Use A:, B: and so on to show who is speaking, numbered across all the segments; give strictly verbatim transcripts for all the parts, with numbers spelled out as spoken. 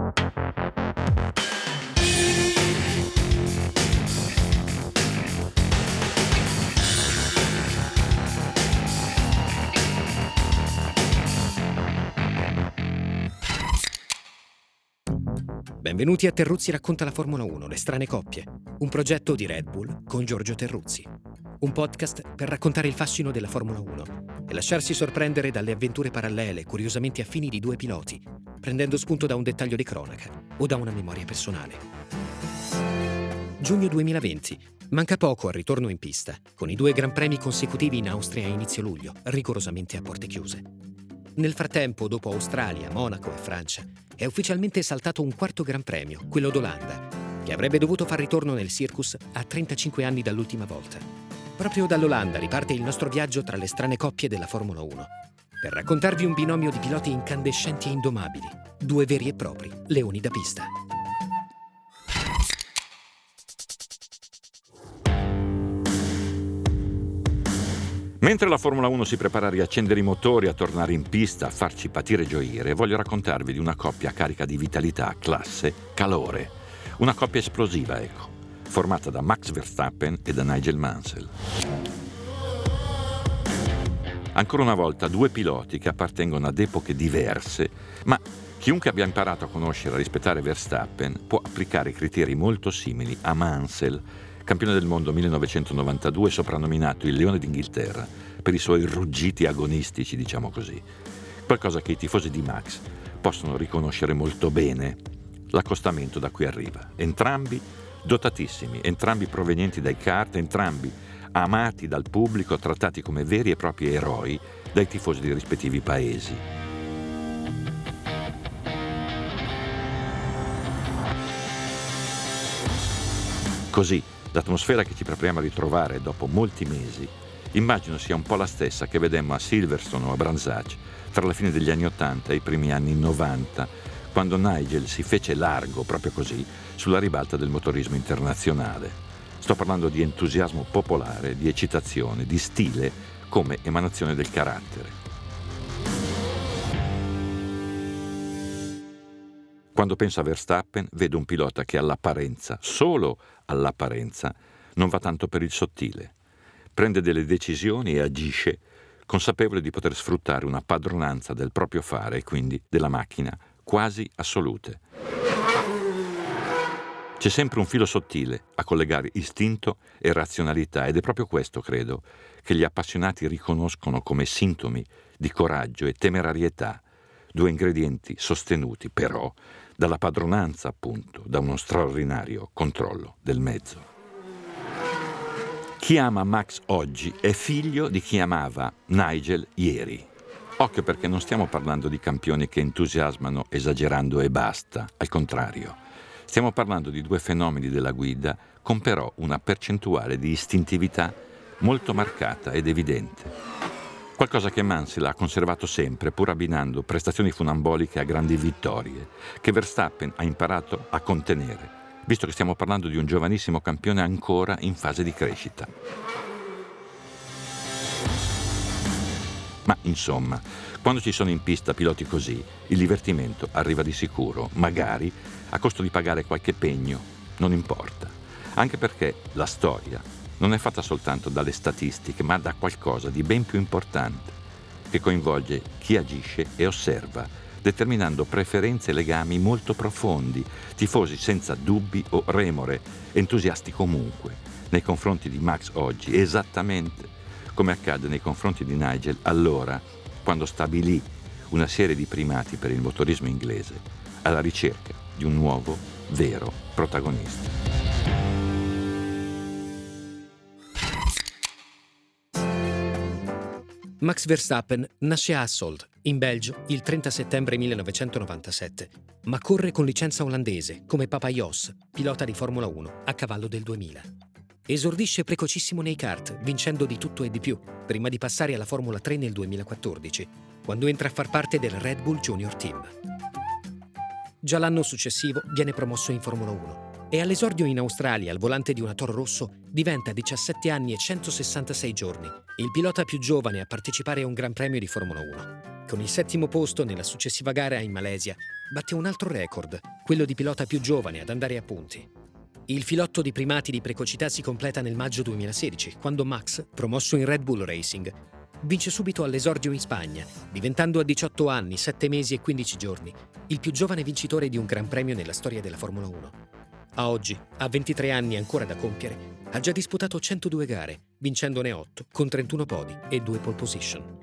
A: Benvenuti a Terruzzi racconta la Formula uno, le strane coppie, un progetto di Red Bull con Giorgio Terruzzi. Un podcast per raccontare il fascino della Formula uno e lasciarsi sorprendere dalle avventure parallele, curiosamente affini di due piloti, prendendo spunto da un dettaglio di cronaca o da una memoria personale. Giugno duemilaventi. Manca poco al ritorno in pista, con i due Gran Premi consecutivi in Austria a inizio luglio, rigorosamente a porte chiuse. Nel frattempo, dopo Australia, Monaco e Francia, è ufficialmente saltato un quarto Gran Premio, quello d'Olanda, che avrebbe dovuto far ritorno nel circus a trentacinque anni dall'ultima volta. Proprio dall'Olanda riparte il nostro viaggio tra le strane coppie della Formula uno, per raccontarvi un binomio di piloti incandescenti e indomabili, due veri e propri leoni da pista.
B: Mentre la Formula uno si prepara a riaccendere i motori, a tornare in pista, a farci patire e gioire, voglio raccontarvi di una coppia carica di vitalità, classe, calore. Una coppia esplosiva, ecco, formata da Max Verstappen e da Nigel Mansell. Ancora una volta due piloti che appartengono ad epoche diverse, ma chiunque abbia imparato a conoscere e a rispettare Verstappen può applicare criteri molto simili a Mansell, campione del mondo millenovecentonovantadue, soprannominato il Leone d'Inghilterra per i suoi ruggiti agonistici, diciamo così. Qualcosa che i tifosi di Max possono riconoscere molto bene, l'accostamento da cui arriva. Entrambi dotatissimi, entrambi provenienti dai kart, entrambi amati dal pubblico, trattati come veri e propri eroi dai tifosi dei rispettivi paesi. Così, l'atmosfera che ci prepariamo a ritrovare dopo molti mesi, immagino sia un po' la stessa che vedemmo a Silverstone o a Brands Hatch tra la fine degli anni ottanta e i primi anni novanta, quando Nigel si fece largo, proprio così, sulla ribalta del motorismo internazionale. Sto parlando di entusiasmo popolare, di eccitazione, di stile come emanazione del carattere. Quando penso a Verstappen, vedo un pilota che all'apparenza, solo all'apparenza, non va tanto per il sottile. Prende delle decisioni e agisce consapevole di poter sfruttare una padronanza del proprio fare e quindi della macchina quasi assolute. C'è sempre un filo sottile a collegare istinto e razionalità ed è proprio questo, credo, che gli appassionati riconoscono come sintomi di coraggio e temerarietà, due ingredienti sostenuti però dalla padronanza, appunto, da uno straordinario controllo del mezzo. Chi ama Max oggi è figlio di chi amava Nigel ieri. Occhio, perché non stiamo parlando di campioni che entusiasmano esagerando e basta, al contrario. Stiamo parlando di due fenomeni della guida con però una percentuale di istintività molto marcata ed evidente. Qualcosa che Mansell ha conservato sempre, pur abbinando prestazioni funamboliche a grandi vittorie, che Verstappen ha imparato a contenere, visto che stiamo parlando di un giovanissimo campione ancora in fase di crescita. Ma insomma, quando ci sono in pista piloti così, il divertimento arriva di sicuro, magari a costo di pagare qualche pegno, non importa. Anche perché la storia non è fatta soltanto dalle statistiche, ma da qualcosa di ben più importante, che coinvolge chi agisce e osserva, determinando preferenze e legami molto profondi, tifosi senza dubbi o remore, entusiasti comunque, nei confronti di Max oggi, esattamente come accade nei confronti di Nigel allora, quando stabilì una serie di primati per il motorismo inglese, alla ricerca di un nuovo, vero protagonista.
A: Max Verstappen nasce a Hasselt, in Belgio, il trenta settembre millenovecentonovantasette, ma corre con licenza olandese, come Papa Jos, pilota di Formula uno, a cavallo del duemila. Esordisce precocissimo nei kart, vincendo di tutto e di più, prima di passare alla Formula tre nel duemilaquattordici, quando entra a far parte del Red Bull Junior Team. Già l'anno successivo viene promosso in Formula uno e all'esordio in Australia al volante di una Toro Rosso diventa a diciassette anni e centosessantasei giorni il pilota più giovane a partecipare a un Gran Premio di Formula uno. Con il settimo posto nella successiva gara in Malesia batte un altro record, quello di pilota più giovane ad andare a punti. Il filotto di primati di precocità si completa nel maggio duemilasedici, quando Max, promosso in Red Bull Racing, vince subito all'esordio in Spagna, diventando a diciotto anni, sette mesi e quindici giorni il più giovane vincitore di un Gran Premio nella storia della Formula uno. A oggi, a ventitré anni ancora da compiere, ha già disputato centodue gare, vincendone otto, con trentuno podi e due pole position.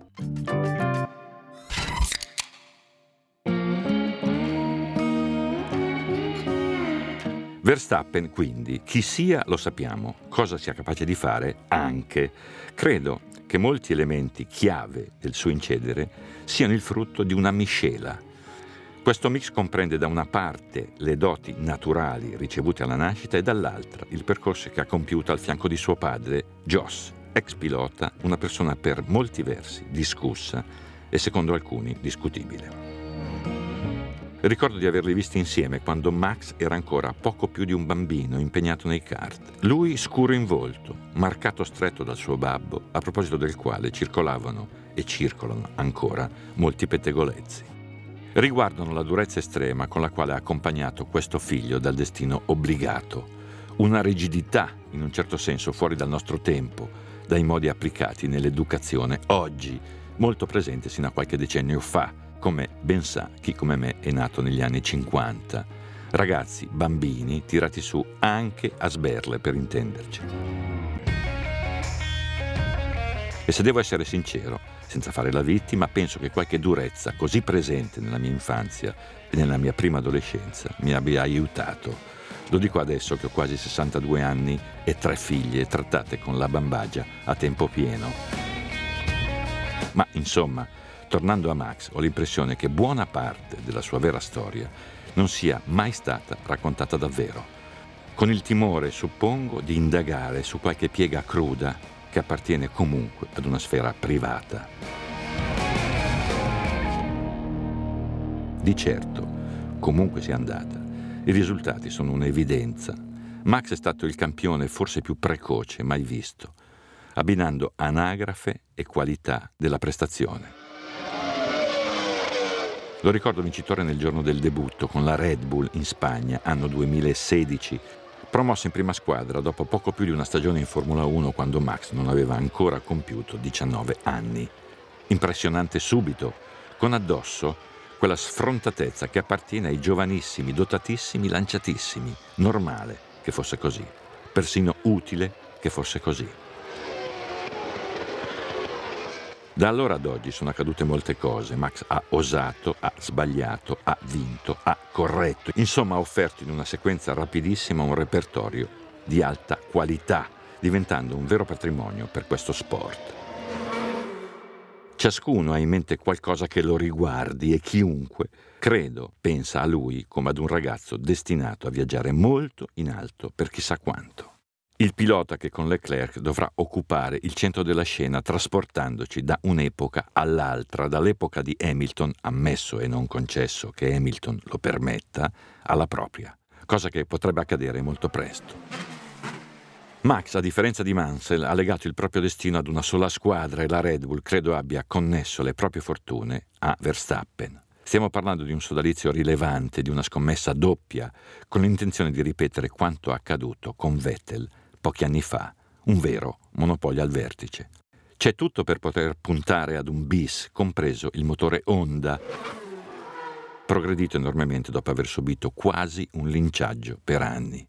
B: Verstappen, quindi, chi sia lo sappiamo, cosa sia capace di fare anche. Credo che molti elementi chiave del suo incedere siano il frutto di una miscela. Questo mix comprende da una parte le doti naturali ricevute alla nascita e dall'altra il percorso che ha compiuto al fianco di suo padre, Jos, ex pilota, una persona per molti versi discussa e secondo alcuni discutibile. Ricordo di averli visti insieme quando Max era ancora poco più di un bambino impegnato nei kart. Lui scuro in volto, marcato stretto dal suo babbo, a proposito del quale circolavano e circolano ancora molti pettegolezzi. Riguardano la durezza estrema con la quale ha accompagnato questo figlio dal destino obbligato, una rigidità in un certo senso fuori dal nostro tempo, dai modi applicati nell'educazione oggi molto presente sino a qualche decennio fa, come ben sa chi come me è nato negli anni cinquanta. Ragazzi, bambini, tirati su anche a sberle, per intenderci. E se devo essere sincero, senza fare la vittima, penso che qualche durezza così presente nella mia infanzia e nella mia prima adolescenza mi abbia aiutato. Lo dico adesso che ho quasi sessantadue anni e tre figlie trattate con la bambagia a tempo pieno. Ma insomma, tornando a Max, ho l'impressione che buona parte della sua vera storia non sia mai stata raccontata davvero, con il timore, suppongo, di indagare su qualche piega cruda che appartiene comunque ad una sfera privata. Di certo, comunque sia andata, i risultati sono un'evidenza. Max è stato il campione forse più precoce mai visto, abbinando anagrafe e qualità della prestazione. Lo ricordo vincitore nel giorno del debutto con la Red Bull in Spagna, anno duemilasedici, promosso in prima squadra dopo poco più di una stagione in Formula uno quando Max non aveva ancora compiuto diciannove anni. Impressionante subito, con addosso quella sfrontatezza che appartiene ai giovanissimi, dotatissimi, lanciatissimi. Normale che fosse così, persino utile che fosse così. Da allora ad oggi sono accadute molte cose. Max ha osato, ha sbagliato, ha vinto, ha corretto. Insomma, ha offerto in una sequenza rapidissima un repertorio di alta qualità, diventando un vero patrimonio per questo sport. Ciascuno ha in mente qualcosa che lo riguardi e chiunque, credo, pensa a lui come ad un ragazzo destinato a viaggiare molto in alto per chissà quanto. Il pilota che con Leclerc dovrà occupare il centro della scena trasportandoci da un'epoca all'altra, dall'epoca di Hamilton, ammesso e non concesso che Hamilton lo permetta, alla propria, cosa che potrebbe accadere molto presto. Max, a differenza di Mansell, ha legato il proprio destino ad una sola squadra e la Red Bull credo abbia connesso le proprie fortune a Verstappen. Stiamo parlando di un sodalizio rilevante, di una scommessa doppia, con l'intenzione di ripetere quanto accaduto con Vettel pochi anni fa, un vero monopolio al vertice. C'è tutto per poter puntare ad un bis, compreso il motore Honda, progredito enormemente dopo aver subito quasi un linciaggio per anni.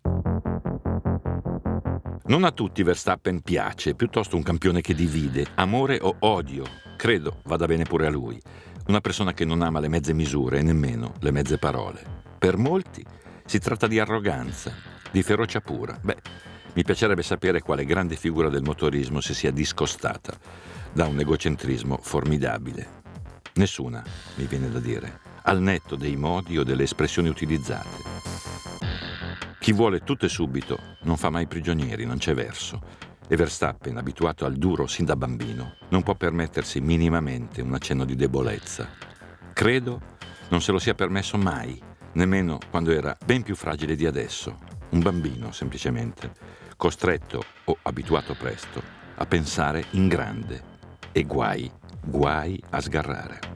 B: Non a tutti Verstappen piace, piuttosto un campione che divide, amore o odio, credo vada bene pure a lui. Una persona che non ama le mezze misure e nemmeno le mezze parole. Per molti si tratta di arroganza, di ferocia pura. Beh, mi piacerebbe sapere quale grande figura del motorismo si sia discostata da un egocentrismo formidabile. Nessuna, mi viene da dire, al netto dei modi o delle espressioni utilizzate. Chi vuole tutto e subito non fa mai prigionieri, non c'è verso. E Verstappen, abituato al duro sin da bambino, non può permettersi minimamente un accenno di debolezza. Credo non se lo sia permesso mai, nemmeno quando era ben più fragile di adesso. Un bambino, semplicemente, costretto o abituato presto a pensare in grande e guai, guai a sgarrare.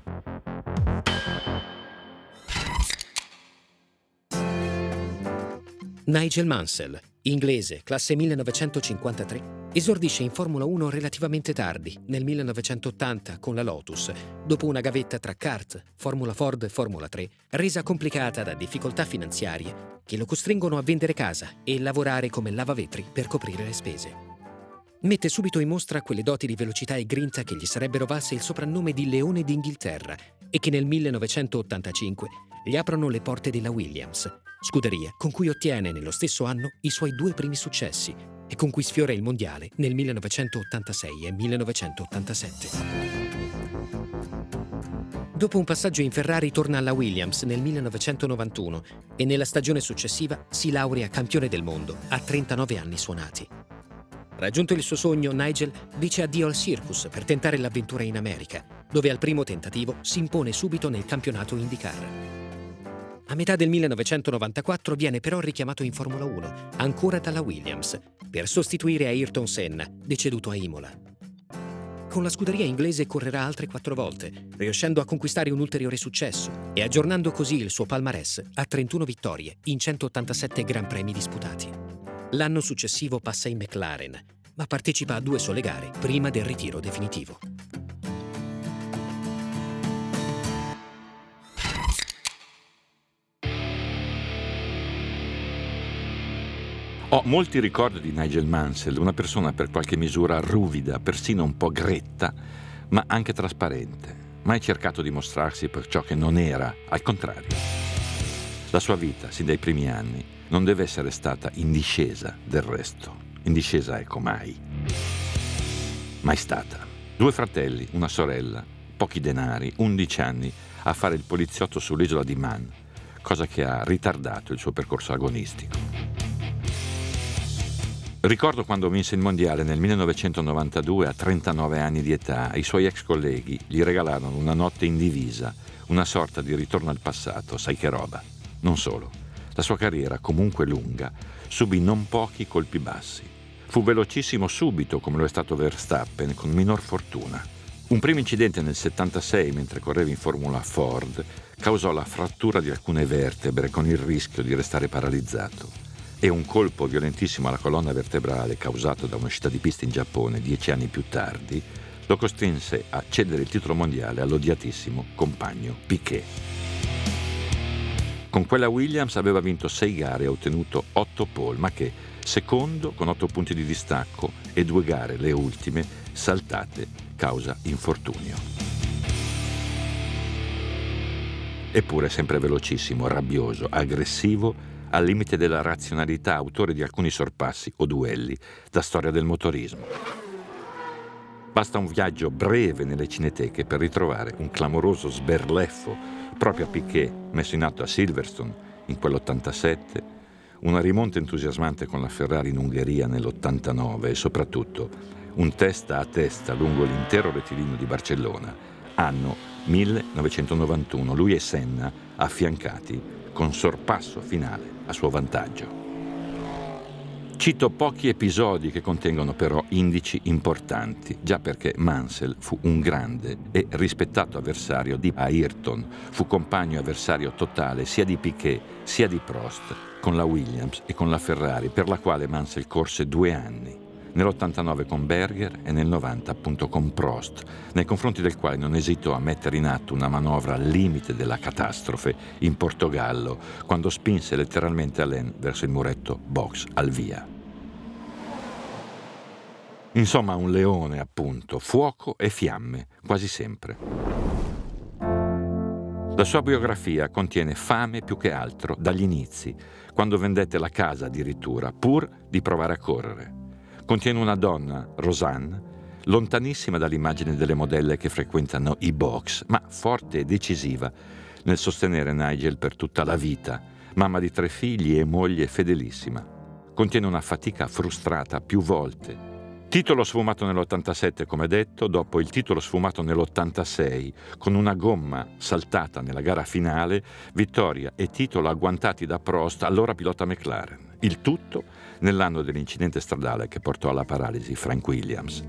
A: Nigel Mansell, inglese, classe millenovecentocinquantatré, esordisce in Formula uno relativamente tardi, nel millenovecentottanta, con la Lotus, dopo una gavetta tra kart, Formula Ford e Formula tre, resa complicata da difficoltà finanziarie che lo costringono a vendere casa e lavorare come lavavetri per coprire le spese. Mette subito in mostra quelle doti di velocità e grinta che gli sarebbero valse il soprannome di Leone d'Inghilterra e che nel millenovecentottantacinque gli aprono le porte della Williams, scuderia con cui ottiene nello stesso anno i suoi due primi successi e con cui sfiora il mondiale nel millenovecentottantasei e millenovecentottantasette. Dopo un passaggio in Ferrari torna alla Williams nel millenovecentonovantuno e nella stagione successiva si laurea campione del mondo a trentanove anni suonati. Raggiunto il suo sogno, Nigel dice addio al circus per tentare l'avventura in America, dove al primo tentativo si impone subito nel campionato IndyCar. A metà del millenovecentonovantaquattro viene però richiamato in Formula uno, ancora dalla Williams, per sostituire Ayrton Senna, deceduto a Imola. Con la scuderia inglese correrà altre quattro volte, riuscendo a conquistare un ulteriore successo e aggiornando così il suo palmarès a trentuno vittorie in centottantasette Gran Premi disputati. L'anno successivo passa in McLaren, ma partecipa a due sole gare prima del ritiro definitivo.
B: Ho molti ricordi di Nigel Mansell, una persona per qualche misura ruvida, persino un po' gretta, ma anche trasparente. Mai cercato di mostrarsi per ciò che non era, al contrario. La sua vita, sin dai primi anni, non deve essere stata in discesa del resto. In discesa, ecco, mai. Mai stata. Due fratelli, una sorella, pochi denari, undici anni, a fare il poliziotto sull'isola di Man, cosa che ha ritardato il suo percorso agonistico. Ricordo quando vinse il mondiale nel millenovecentonovantadue a trentanove anni di età, i suoi ex colleghi gli regalarono una notte in divisa, una sorta di ritorno al passato, sai che roba. Non solo, la sua carriera, comunque lunga, subì non pochi colpi bassi. Fu velocissimo subito, come lo è stato Verstappen, con minor fortuna. Un primo incidente nel settantasei, mentre correva in Formula Ford, causò la frattura di alcune vertebre con il rischio di restare paralizzato. E un colpo violentissimo alla colonna vertebrale causato da un'uscita di pista in Giappone dieci anni più tardi lo costrinse a cedere il titolo mondiale all'odiatissimo compagno Piquet. Con quella Williams aveva vinto sei gare e ottenuto otto pole, ma che, secondo con otto punti di distacco e due gare, le ultime, saltate causa infortunio. Eppure sempre velocissimo, rabbioso, aggressivo, al limite della razionalità, autore di alcuni sorpassi o duelli da storia del motorismo. Basta un viaggio breve nelle cineteche per ritrovare un clamoroso sberleffo proprio a Piquet, messo in atto a Silverstone in quell'ottantasette, una rimonta entusiasmante con la Ferrari in Ungheria nell'ottantanove e soprattutto un testa a testa lungo l'intero rettilineo di Barcellona, anno millenovecentonovantuno, lui e Senna affiancati con sorpasso finale a suo vantaggio. Cito pochi episodi che contengono però indici importanti, già perché Mansell fu un grande e rispettato avversario di Ayrton, fu compagno e avversario totale sia di Piquet sia di Prost, con la Williams e con la Ferrari, per la quale Mansell corse due anni, nell'ottantanove con Berger e nel novanta appunto con Prost, nei confronti del quale non esitò a mettere in atto una manovra al limite della catastrofe in Portogallo, quando spinse letteralmente Alain verso il muretto box al via. Insomma, un leone, appunto, fuoco e fiamme, quasi sempre. La sua biografia contiene fame più che altro dagli inizi, quando vendette la casa addirittura, pur di provare a correre. Contiene una donna, Rosanne, lontanissima dall'immagine delle modelle che frequentano i box, ma forte e decisiva nel sostenere Nigel per tutta la vita, mamma di tre figli e moglie fedelissima. Contiene una fatica frustrata più volte. Titolo sfumato nell'ottantasette, come detto, dopo il titolo sfumato nell'ottantasei, con una gomma saltata nella gara finale, vittoria e titolo agguantati da Prost, allora pilota McLaren. Il tutto nell'anno dell'incidente stradale che portò alla paralisi Frank Williams.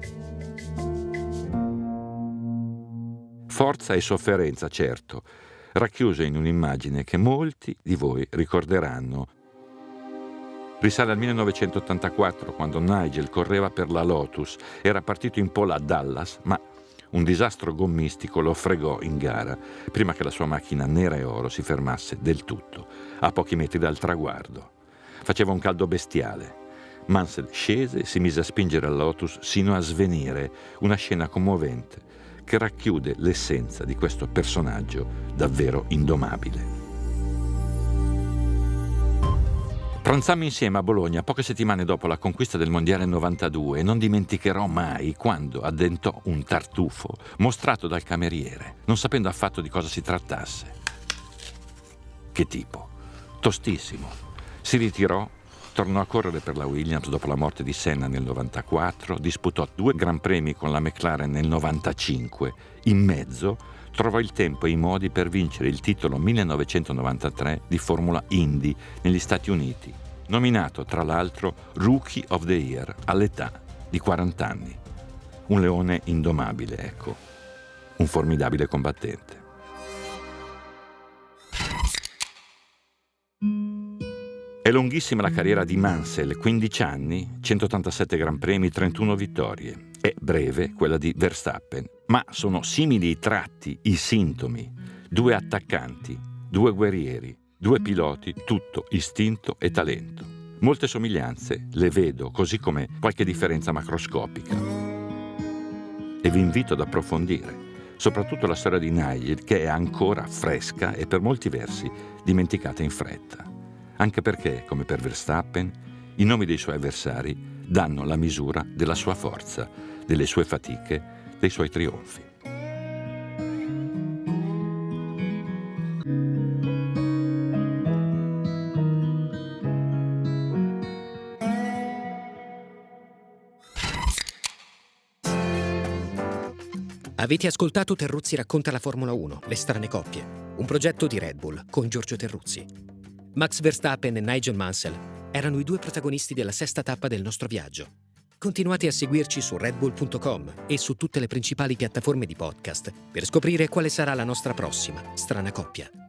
B: Forza e sofferenza, certo, racchiuse in un'immagine che molti di voi ricorderanno. Risale al millenovecentottantaquattro, quando Nigel correva per la Lotus, era partito in pole a Dallas, ma un disastro gommistico lo fregò in gara prima che la sua macchina nera e oro si fermasse del tutto, a pochi metri dal traguardo. Faceva un caldo bestiale. Mansell scese e si mise a spingere al Lotus sino a svenire, una scena commovente che racchiude l'essenza di questo personaggio davvero indomabile. Pranzammo insieme a Bologna poche settimane dopo la conquista del Mondiale novantadue e non dimenticherò mai quando addentò un tartufo mostrato dal cameriere, non sapendo affatto di cosa si trattasse. Che tipo? Tostissimo. Si ritirò, tornò a correre per la Williams dopo la morte di Senna nel novantaquattro, disputò due Gran Premi con la McLaren nel novantacinque. In mezzo trovò il tempo e i modi per vincere il titolo millenovecentonovantatré di Formula Indy negli Stati Uniti, nominato tra l'altro Rookie of the Year all'età di quaranta anni. Un leone indomabile, ecco, un formidabile combattente. È lunghissima la carriera di Mansell, quindici anni, centottantasette Gran Premi, trentuno vittorie. È breve quella di Verstappen, ma sono simili i tratti, i sintomi. Due attaccanti, due guerrieri, due piloti, tutto istinto e talento. Molte somiglianze le vedo, così come qualche differenza macroscopica. E vi invito ad approfondire, soprattutto la storia di Nigel, che è ancora fresca e per molti versi dimenticata in fretta. Anche perché, come per Verstappen, i nomi dei suoi avversari danno la misura della sua forza, delle sue fatiche, dei suoi trionfi.
A: Avete ascoltato Terruzzi racconta la Formula uno, le strane coppie, un progetto di Red Bull con Giorgio Terruzzi. Max Verstappen e Nigel Mansell erano i due protagonisti della sesta tappa del nostro viaggio. Continuate a seguirci su red bull punto com e su tutte le principali piattaforme di podcast per scoprire quale sarà la nostra prossima strana coppia.